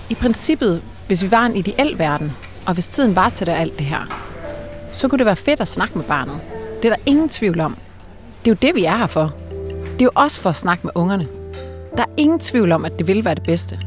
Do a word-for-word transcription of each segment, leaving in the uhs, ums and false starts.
I princippet, hvis vi var en ideel verden, og hvis tiden var til det alt det her, så kunne det være fedt at snakke med barnet. Det er der ingen tvivl om. Det er jo det, vi er her for. Det er jo også for at snakke med ungerne. Der er ingen tvivl om, at det vil være det bedste.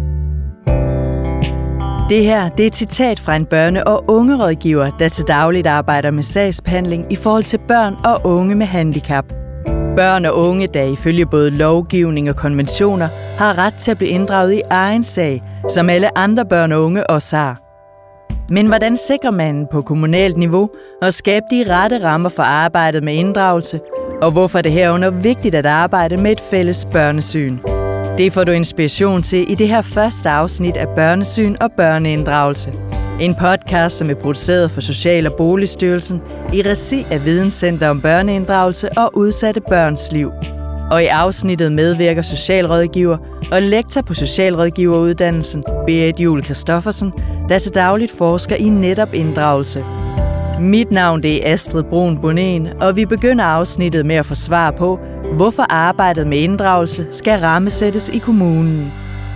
Det her det er et citat fra en børne- og ungerådgiver, der til dagligt arbejder med sagsbehandling i forhold til børn og unge med handicap. Børn og unge, der ifølge både lovgivning og konventioner, har ret til at blive inddraget i egen sag, som alle andre børn og unge også har. Men hvordan sikrer man på kommunalt niveau at skabe de rette rammer for arbejdet med inddragelse, og hvorfor er det herunder vigtigt at arbejde med et fælles børnesyn? Det får du inspiration til i det her første afsnit af Børnesyn og Børneinddragelse. En podcast, som er produceret for Social- og Boligstyrelsen i regi af Videnscenter om børneinddragelse og udsatte børns liv. Og i afsnittet medvirker socialrådgiver og lektor på socialrådgiveruddannelsen, Berit Juel Christoffersen, der til dagligt forsker i netop inddragelse. Mit navn det er Astrid Brun Bonén, og vi begynder afsnittet med at få svar på, hvorfor arbejdet med inddragelse skal rammesættes i kommunen.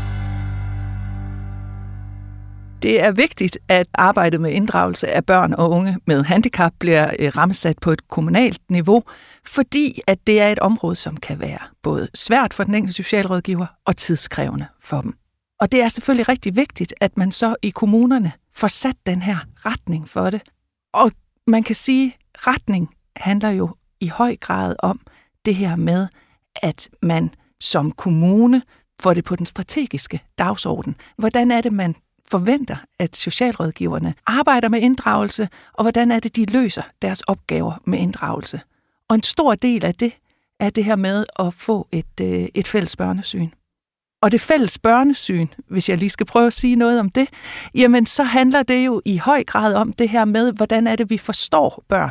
Det er vigtigt, at arbejdet med inddragelse af børn og unge med handicap bliver rammesat på et kommunalt niveau, fordi at det er et område, som kan være både svært for den enkelte socialrådgiver og tidskrævende for dem. Og det er selvfølgelig rigtig vigtigt, at man så i kommunerne får sat den her retning for det. Og man kan sige, at retning handler jo i høj grad om det her med, at man som kommune får det på den strategiske dagsorden. Hvordan er det, man forventer, at socialrådgiverne arbejder med inddragelse, og hvordan er det, de løser deres opgaver med inddragelse. Og en stor del af det er det her med at få et, øh, et fælles børnesyn. Og det fælles børnesyn, hvis jeg lige skal prøve at sige noget om det, jamen så handler det jo i høj grad om det her med, hvordan er det, vi forstår børn.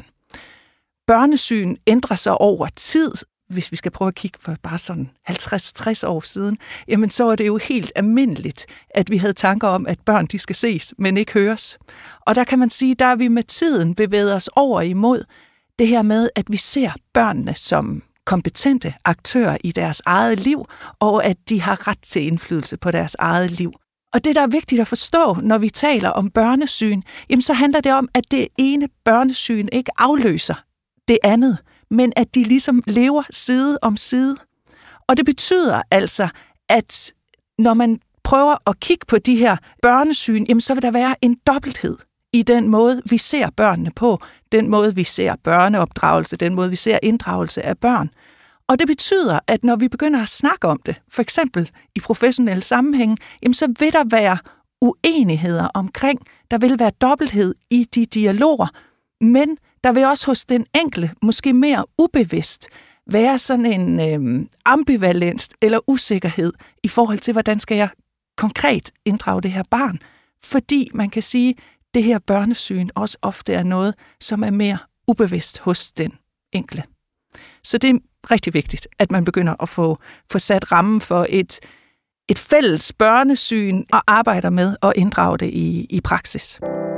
Børnesyn ændrer sig over tid. Hvis vi skal prøve at kigge på bare sådan halvtreds til tres år siden, jamen så er det jo helt almindeligt, at vi havde tanker om, at børn de skal ses, men ikke høres. Og der kan man sige, der er vi med tiden bevæget os over imod det her med, at vi ser børnene som kompetente aktører i deres eget liv, og at de har ret til indflydelse på deres eget liv. Og det, der er vigtigt at forstå, når vi taler om børnesyn, jamen så handler det om, at det ene børnesyn ikke afløser det andet, men at de ligesom lever side om side. Og det betyder altså, at når man prøver at kigge på de her børnesyn, jamen så vil der være en dobbelthed i den måde, vi ser børnene på, den måde, vi ser børneopdragelse, den måde, vi ser inddragelse af børn. Og det betyder, at når vi begynder at snakke om det, for eksempel i professionelle sammenhæng, jamen så vil der være uenigheder omkring, der vil være dobbelthed i de dialoger, men der vil også hos den enkelte, måske mere ubevidst, være sådan en øh, ambivalens eller usikkerhed i forhold til, hvordan skal jeg konkret inddrage det her barn. Fordi man kan sige, at det her børnesyn også ofte er noget, som er mere ubevidst hos den enkelte. Så det er rigtig vigtigt, at man begynder at få, få sat rammen for et, et fælles børnesyn og arbejder med at inddrage det i, i praksis.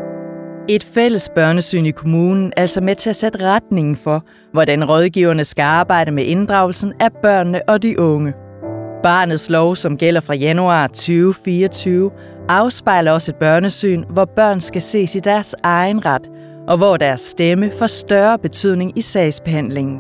Et fælles børnesyn i kommunen er altså med til at sætte retningen for, hvordan rådgiverne skal arbejde med inddragelsen af børnene og de unge. Barnets lov, som gælder fra januar tyve fireogtyve, afspejler også et børnesyn, hvor børn skal ses i deres egen ret, og hvor deres stemme får større betydning i sagsbehandlingen.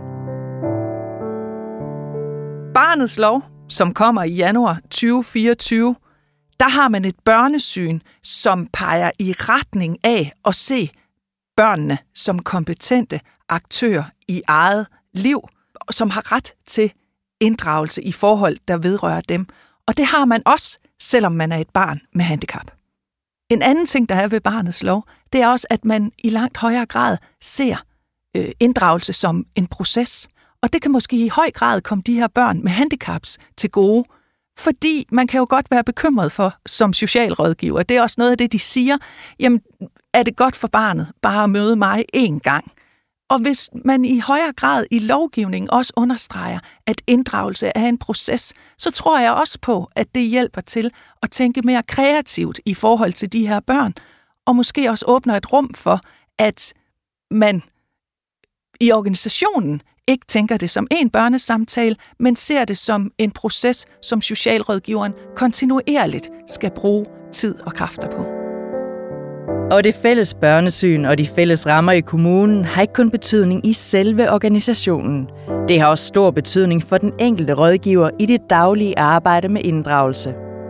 Barnets lov, som kommer i januar tyve fireogtyve, der har man et børnesyn, som peger i retning af at se børnene som kompetente aktører i eget liv, som har ret til inddragelse i forhold, der vedrører dem. Og det har man også, selvom man er et barn med handicap. En anden ting, der er ved barnets lov, det er også, at man i langt højere grad ser øh, inddragelse som en proces. Og det kan måske i høj grad komme de her børn med handicaps til gode, fordi man kan jo godt være bekymret for som socialrådgiver. Det er også noget af det, de siger. Jamen, er det godt for barnet bare at møde mig én gang? Og hvis man i højere grad i lovgivningen også understreger, at inddragelse er en proces, så tror jeg også på, at det hjælper til at tænke mere kreativt i forhold til de her børn, og måske også åbner et rum for, at man i organisationen ikke tænker det som en børnesamtale, men ser det som en proces, som socialrådgiveren kontinuerligt skal bruge tid og kræfter på. Og det fælles børnesyn og de fælles rammer i kommunen har ikke kun betydning i selve organisationen. Det har også stor betydning for den enkelte rådgiver i det daglige arbejde med inddragelse.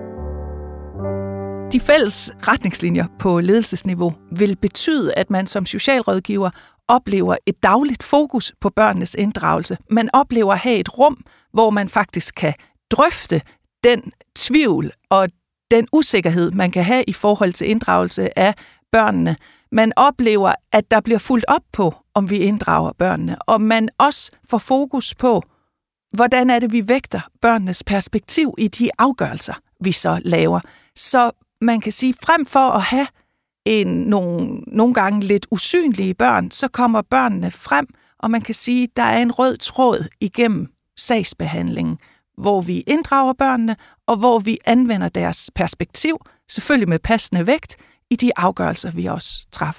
De fælles retningslinjer på ledelsesniveau vil betyde, at man som socialrådgiver oplever et dagligt fokus på børnenes inddragelse. Man oplever at have et rum, hvor man faktisk kan drøfte den tvivl og den usikkerhed, man kan have i forhold til inddragelse af børnene. Man oplever, at der bliver fulgt op på, om vi inddrager børnene, og man også får fokus på, hvordan er det, vi vægter børnenes perspektiv i de afgørelser, vi så laver. Så man kan sige, frem for at have en, nogle, nogle gange lidt usynlige børn, så kommer børnene frem, og man kan sige, at der er en rød tråd igennem sagsbehandlingen, hvor vi inddrager børnene, og hvor vi anvender deres perspektiv, selvfølgelig med passende vægt, i de afgørelser, vi også træffer.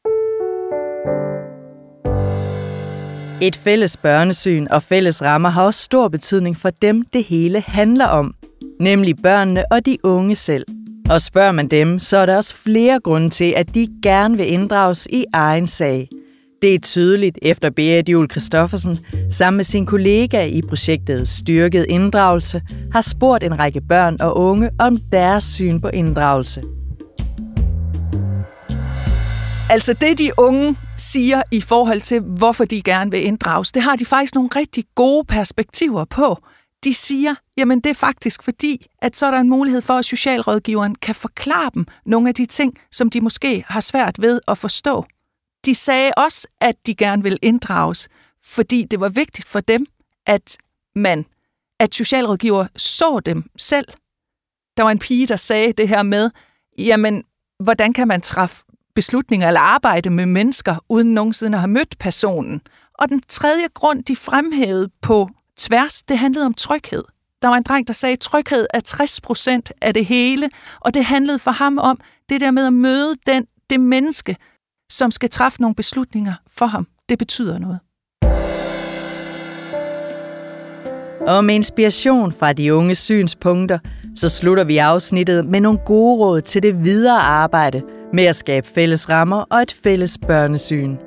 Et fælles børnesyn og fælles rammer har også stor betydning for dem, det hele handler om, nemlig børnene og de unge selv. Og spørger man dem, så er der også flere grunde til, at de gerne vil inddrages i egen sag. Det er tydeligt, efter Berit Juhl Christoffersen sammen med sin kollega i projektet Styrket Inddragelse har spurgt en række børn og unge om deres syn på inddragelse. Altså det, de unge siger i forhold til, hvorfor de gerne vil inddrages, det har de faktisk nogle rigtig gode perspektiver på. De siger, jamen det er faktisk fordi, at så er der en mulighed for, at socialrådgiveren kan forklare dem nogle af de ting, som de måske har svært ved at forstå. De sagde også, at de gerne vil inddrages, fordi det var vigtigt for dem, at man, at socialrådgiver så dem selv. Der var en pige, der sagde det her med, jamen hvordan kan man træffe beslutninger eller arbejde med mennesker, uden nogensinde at have mødt personen. Og den tredje grund, de fremhævede på tværs, det handlede om tryghed. Der var en dreng, der sagde, at tryghed er tres procent af det hele, og det handlede for ham om det der med at møde den, det menneske, som skal træffe nogle beslutninger for ham. Det betyder noget. Og med inspiration fra de unge synspunkter, så slutter vi afsnittet med nogle gode råd til det videre arbejde med at skabe fælles rammer og et fælles børnesyn.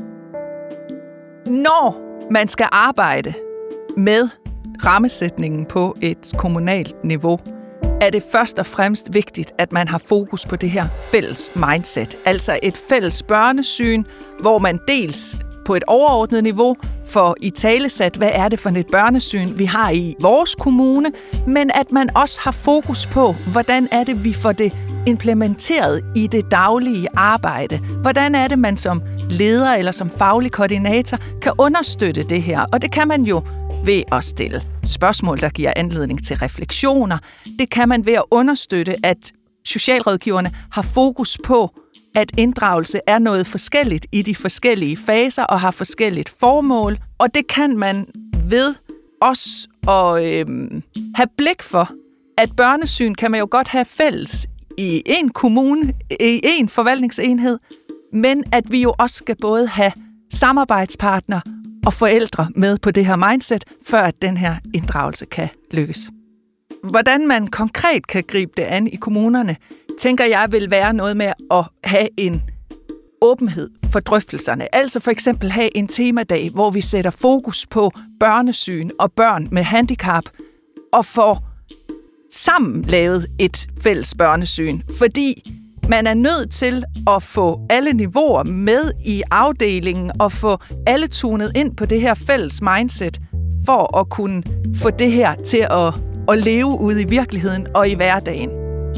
Når man skal arbejde med rammesætningen på et kommunalt niveau, er det først og fremmest vigtigt, at man har fokus på det her fælles mindset. Altså et fælles børnesyn, hvor man dels på et overordnet niveau får italesat, hvad er det for et børnesyn, vi har i vores kommune, men at man også har fokus på, hvordan er det, vi får det implementeret i det daglige arbejde. Hvordan er det, man som leder eller som faglig koordinator kan understøtte det her? Og det kan man jo ved at stille spørgsmål, der giver anledning til refleksioner. Det kan man ved at understøtte, at socialrådgiverne har fokus på, at inddragelse er noget forskelligt i de forskellige faser og har forskelligt formål. Og det kan man ved også at øh, have blik for, at børnesyn kan man jo godt have fælles i en kommune, i en forvaltningsenhed, men at vi jo også skal både have samarbejdspartnere og forældre med på det her mindset, før at den her inddragelse kan lykkes. Hvordan man konkret kan gribe det an i kommunerne, tænker jeg vil være noget med at have en åbenhed for drøftelserne. Altså for eksempel have en temadag, hvor vi sætter fokus på børnesyn og børn med handicap, og får sammen lavet et fælles børnesyn, fordi man er nødt til at få alle niveauer med i afdelingen og få alle tunet ind på det her fælles mindset, for at kunne få det her til at, at leve ude i virkeligheden og i hverdagen.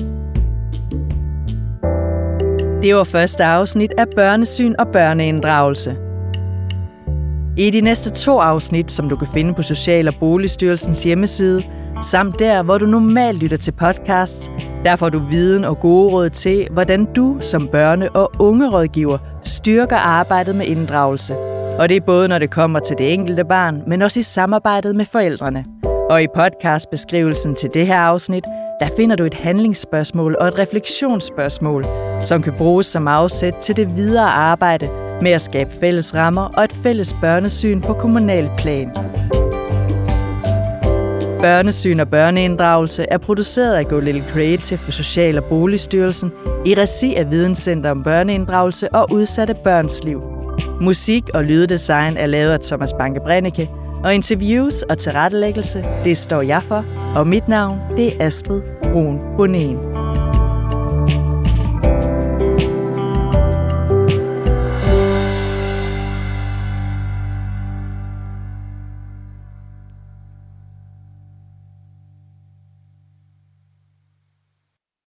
Det var første afsnit af Børnesyn og børneinddragelse. I de næste to afsnit, som du kan finde på Social- og Boligstyrelsens hjemmeside, samt der, hvor du normalt lytter til podcast, der får du viden og gode råd til, hvordan du som børne- og ungerådgiver styrker arbejdet med inddragelse. Og det er både, når det kommer til det enkelte barn, men også i samarbejdet med forældrene. Og i podcastbeskrivelsen til det her afsnit, der finder du et handlingsspørgsmål og et refleksionsspørgsmål, som kan bruges som afsæt til det videre arbejde med at skabe fælles rammer og et fælles børnesyn på kommunal plan. Børnesyn og børneinddragelse er produceret af Go Little Creative for Social- og Boligstyrelsen i regi af Videnscenter om børneinddragelse og udsatte børns liv. Musik og lyddesign er lavet af Thomas Banke-Brennecke, og interviews og tilrettelæggelse, det står jeg for, og mit navn, det er Astrid Brun Bonén.